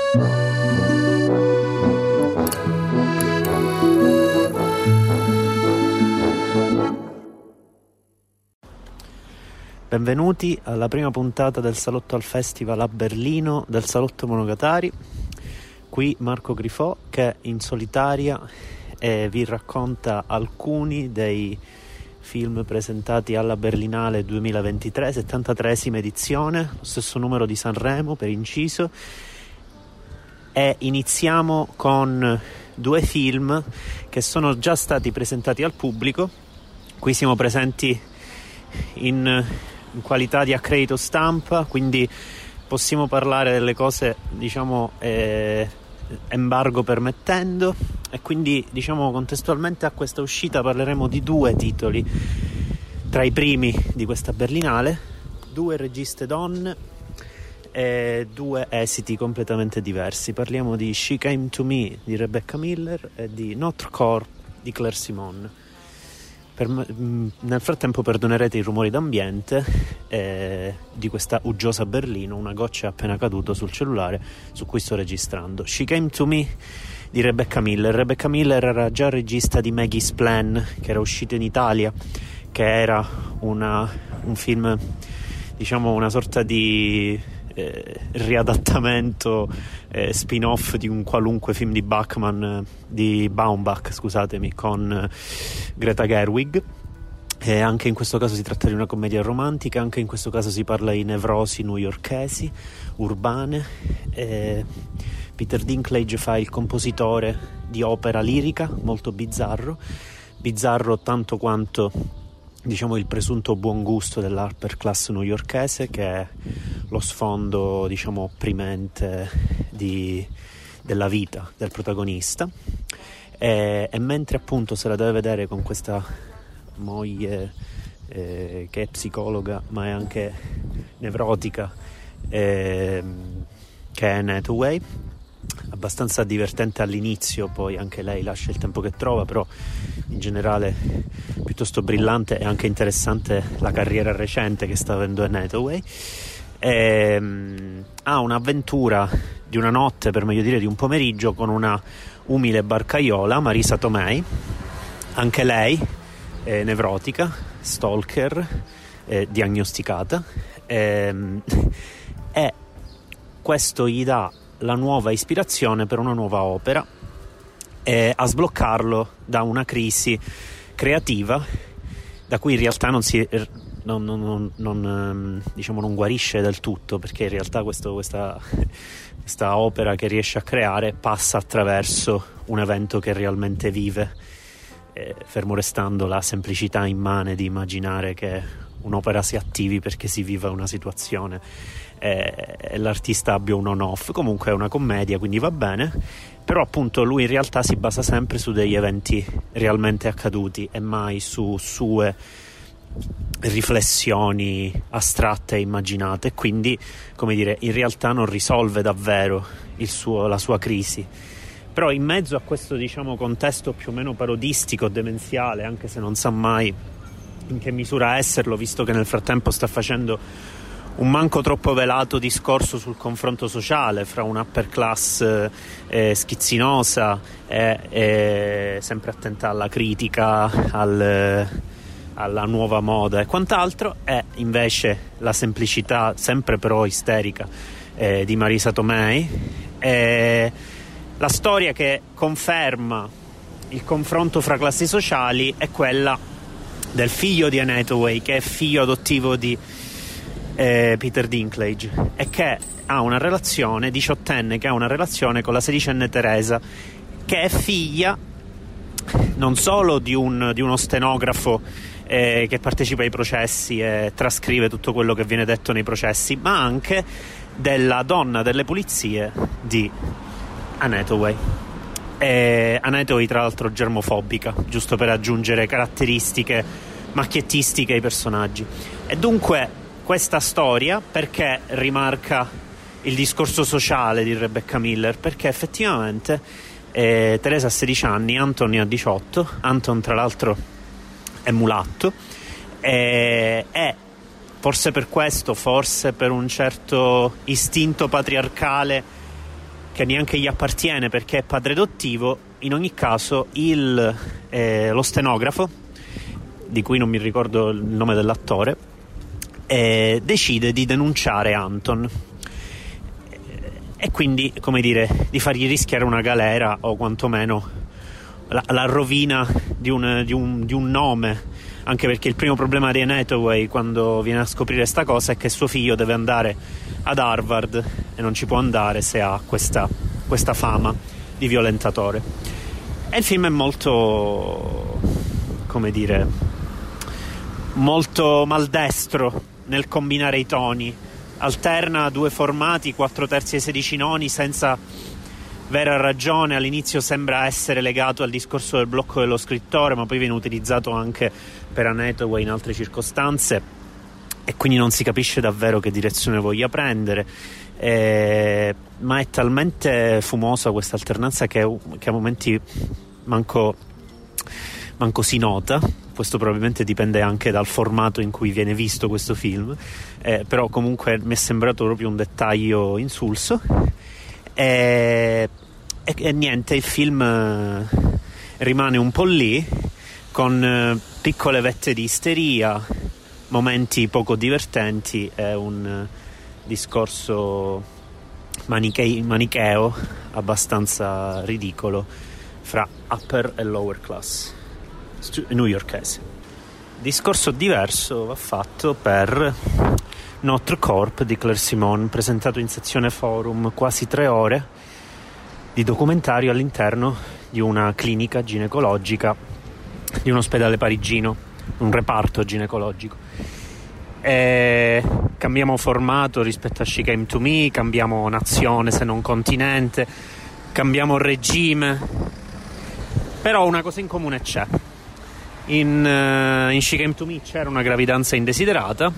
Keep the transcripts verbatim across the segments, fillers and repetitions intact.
Benvenuti alla prima puntata del Salotto al Festival a Berlino del Salotto Monogatari. Qui Marco Grifò che in solitaria eh, vi racconta alcuni dei film presentati alla Berlinale duemilaventitré, settantatreesima edizione, lo stesso numero di Sanremo per inciso. E iniziamo con due film che sono già stati presentati al pubblico. Qui siamo presenti in in qualità di accredito stampa, quindi possiamo parlare delle cose, diciamo, eh, embargo permettendo, e quindi, diciamo, contestualmente a questa uscita parleremo di due titoli tra i primi di questa Berlinale, due registe donne e due esiti completamente diversi. Parliamo di She Came to Me di Rebecca Miller e di Notre Corps di Claire Simon. Per, nel frattempo perdonerete i rumori d'ambiente eh, di questa uggiosa Berlino. Una goccia è appena caduto sul cellulare su cui sto registrando. She Came to Me di Rebecca Miller. Rebecca Miller era già regista di Maggie's Plan, che era uscito in Italia, che era una, un film, diciamo, una sorta di eh, riadattamento eh, spin-off di un qualunque film di Bachman, eh, di Baumbach, scusatemi, con eh, Greta Gerwig. E anche in questo caso si tratta di una commedia romantica, anche in questo caso si parla di nevrosi newyorkesi, urbane. E Peter Dinklage fa il compositore di opera lirica, molto bizzarro, bizzarro tanto quanto, diciamo, il presunto buon gusto dell'upper class newyorkese, che è lo sfondo, diciamo, opprimente di, della vita del protagonista. E, e mentre appunto se la deve vedere con questa moglie eh, che è psicologa ma è anche nevrotica, eh, che è Anne Hathaway, abbastanza divertente all'inizio, poi anche lei lascia il tempo che trova, però in generale piuttosto brillante, e anche interessante la carriera recente che sta avendo Anne Hathaway. E, um, ha un'avventura di una notte, per meglio dire di un pomeriggio, con una umile barcaiola, Marisa Tomei, anche lei eh, nevrotica, stalker, eh, diagnosticata, e, e questo gli dà la nuova ispirazione per una nuova opera, e a sbloccarlo da una crisi creativa da cui in realtà non si non, non, non, non, diciamo non guarisce del tutto, perché in realtà questo, questa, questa opera che riesce a creare passa attraverso un evento che realmente vive, eh, fermo restando la semplicità immane di immaginare che un'opera si attivi perché si viva una situazione e, e l'artista abbia un on-off. Comunque è una commedia, quindi va bene, però appunto lui in realtà si basa sempre su degli eventi realmente accaduti e mai su sue riflessioni astratte e immaginate, quindi, come dire, in realtà non risolve davvero il suo, la sua crisi. Però in mezzo a questo, diciamo, contesto più o meno parodistico, demenziale, anche se non sa mai in che misura esserlo, visto che nel frattempo sta facendo un manco troppo velato discorso sul confronto sociale fra un upper class eh, schizzinosa e, e sempre attenta alla critica, al, alla nuova moda e quant'altro, e invece la semplicità, sempre però isterica, eh, di Marisa Tomei. E la storia che conferma il confronto fra classi sociali è quella del figlio di Anne Hathaway, che è figlio adottivo di eh, Peter Dinklage, e che ha una relazione, diciottenne, che ha una relazione con la sedicenne Teresa, che è figlia non solo di, un, di uno stenografo eh, che partecipa ai processi e trascrive tutto quello che viene detto nei processi, ma anche della donna delle pulizie di Anne Hathaway. E Anne Hathaway, tra l'altro, germofobica, giusto per aggiungere caratteristiche macchiettistiche ai personaggi. E dunque questa storia perché rimarca il discorso sociale di Rebecca Miller? Perché effettivamente eh, Teresa ha sedici anni, Anton ne ha diciotto. Anton, tra l'altro, è mulatto, e, e forse per questo, forse per un certo istinto patriarcale che neanche gli appartiene perché è padre adottivo. In ogni caso il, eh, lo stenografo, di cui non mi ricordo il nome dell'attore, eh, decide di denunciare Anton e quindi, come dire, di fargli rischiare una galera o quantomeno la, la rovina di un, di, un, di un nome, anche perché il primo problema di Anne Hathaway quando viene a scoprire sta cosa è che suo figlio deve andare ad Harvard e non ci può andare se ha questa, questa fama di violentatore. E il film è molto, come dire, molto maldestro nel combinare i toni, alterna due formati, quattro terzi e sedici noni, senza vera ragione. All'inizio sembra essere legato al discorso del blocco dello scrittore, ma poi viene utilizzato anche per Anne Hathaway in altre circostanze e quindi non si capisce davvero che direzione voglia prendere, eh, ma è talmente fumosa questa alternanza che, che a momenti manco, manco si nota. Questo probabilmente dipende anche dal formato in cui viene visto questo film, eh, però comunque mi è sembrato proprio un dettaglio insulso. E, e, e niente, il film eh, rimane un po' lì, con eh, piccole vette di isteria, momenti poco divertenti e un eh, discorso maniche- manicheo abbastanza ridicolo fra upper e lower class newyorkese. Discorso diverso va fatto per Notre Corps di Claire Simon, presentato in sezione forum, quasi tre ore di documentario all'interno di una clinica ginecologica di un ospedale parigino, un reparto ginecologico. E cambiamo formato rispetto a She Came to Me, cambiamo nazione se non continente, cambiamo regime, però una cosa in comune c'è. In, uh, in She Came to Me c'era una gravidanza indesiderata,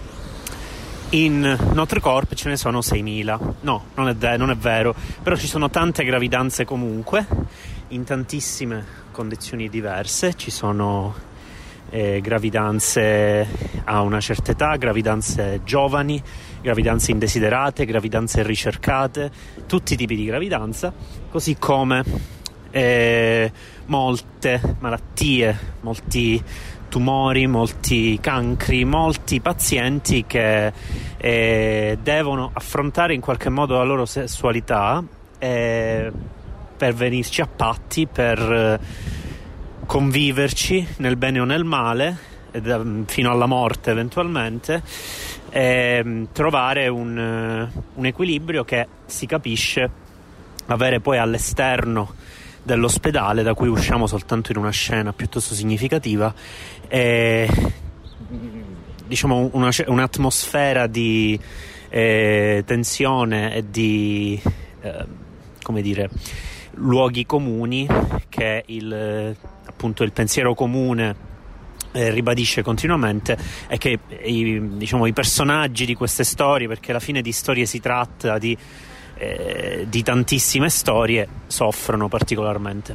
in Notre Corps ce ne sono seimila. No, non è, de- non è vero, però ci sono tante gravidanze comunque, in tantissime condizioni diverse. Ci sono eh, gravidanze a una certa età, gravidanze giovani, gravidanze indesiderate, gravidanze ricercate, tutti i tipi di gravidanza, così come Eh, molte malattie, molti tumori, molti cancri, molti pazienti che eh, devono affrontare in qualche modo la loro sessualità eh, per venirci a patti, per eh, conviverci nel bene o nel male, ed, fino alla morte eventualmente, e trovare un, un equilibrio che si capisce avere poi all'esterno dell'ospedale, da cui usciamo soltanto in una scena piuttosto significativa, e diciamo una, un'atmosfera di eh, tensione e di eh, come dire luoghi comuni che il, appunto il pensiero comune eh, ribadisce continuamente, e che i, diciamo, i personaggi di queste storie, perché alla fine di storie si tratta, di Eh, di tantissime storie, soffrono particolarmente.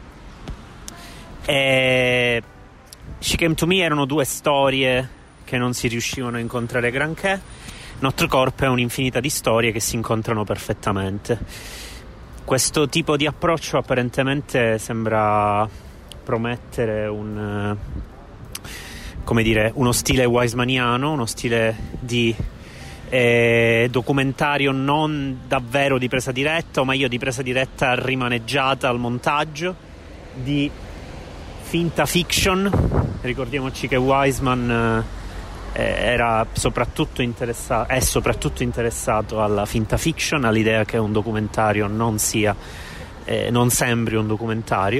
E She Came to Me erano due storie che non si riuscivano a incontrare granché. Notre Corps è un'infinità di storie che si incontrano perfettamente. Questo tipo di approccio apparentemente sembra promettere un, come dire, uno stile weismaniano, uno stile di Eh, documentario non davvero di presa diretta, o meglio di presa diretta rimaneggiata al montaggio, di finta fiction. Ricordiamoci che Wiseman eh, era soprattutto interessato è soprattutto interessato alla finta fiction, all'idea che un documentario non sia eh, non sembri un documentario.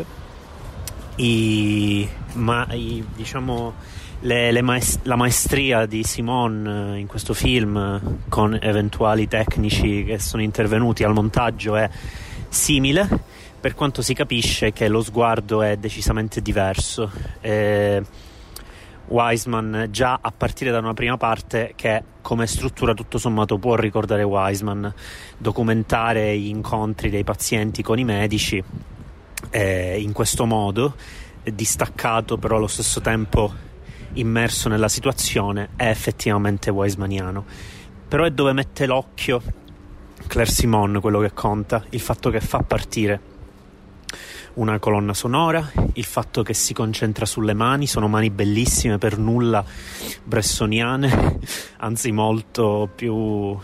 I, ma i, diciamo Le, le maest- la maestria di Simon in questo film, con eventuali tecnici che sono intervenuti al montaggio, è simile, per quanto si capisce che lo sguardo è decisamente diverso. eh, Wiseman, già a partire da una prima parte che come struttura tutto sommato può ricordare Wiseman, documentare gli incontri dei pazienti con i medici eh, in questo modo, distaccato però allo stesso tempo immerso nella situazione, è effettivamente weismaniano. Però è dove mette l'occhio Claire Simon quello che conta, il fatto che fa partire una colonna sonora, il fatto che si concentra sulle mani, sono mani bellissime, per nulla bressoniane, anzi molto più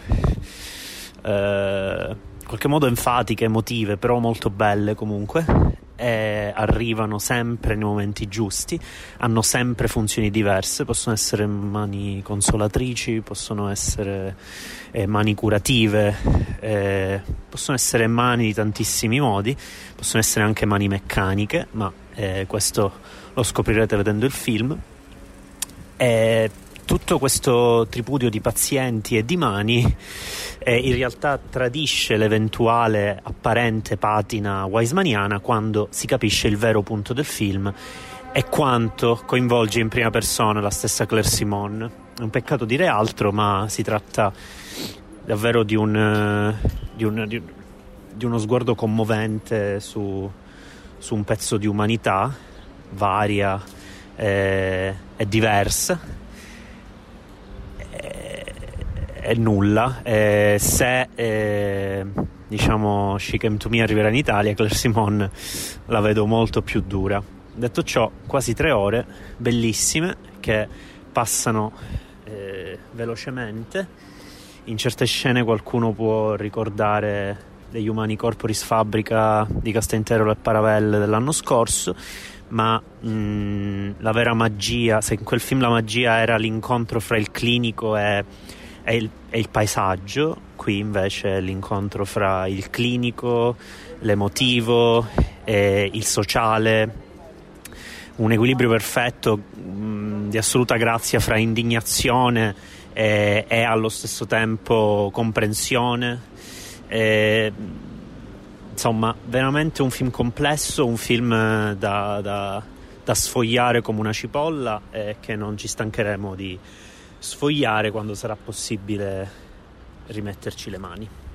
eh, in qualche modo enfatiche, emotive, però molto belle comunque, e arrivano sempre nei momenti giusti, hanno sempre funzioni diverse, possono essere mani consolatrici, possono essere eh, mani curative, eh, possono essere mani di tantissimi modi, possono essere anche mani meccaniche, ma eh, questo lo scoprirete vedendo il film. E tutto questo tripudio di pazienti e di mani eh, in realtà tradisce l'eventuale apparente patina weismaniana quando si capisce il vero punto del film e quanto coinvolge in prima persona la stessa Claire Simon. È un peccato dire altro, ma si tratta davvero di un, di un, di, di uno sguardo commovente su, su un pezzo di umanità varia eh, e diversa. È nulla. Eh, se eh, diciamo She Came to Me arriverà in Italia, Claire Simon la vedo molto più dura. Detto ciò, quasi tre ore bellissime che passano eh, velocemente. In certe scene qualcuno può ricordare degli Umani Corporis Fabrica di Castintero e Paravelle dell'anno scorso, ma mh, la vera magia, se in quel film la magia era l'incontro fra il clinico e È il, è il paesaggio, qui invece è l'incontro fra il clinico, l'emotivo e il sociale, un equilibrio perfetto mh, di assoluta grazia fra indignazione e, e allo stesso tempo comprensione. E, insomma, veramente un film complesso, un film da, da, da sfogliare come una cipolla e che non ci stancheremo di sfogliare quando sarà possibile rimetterci le mani.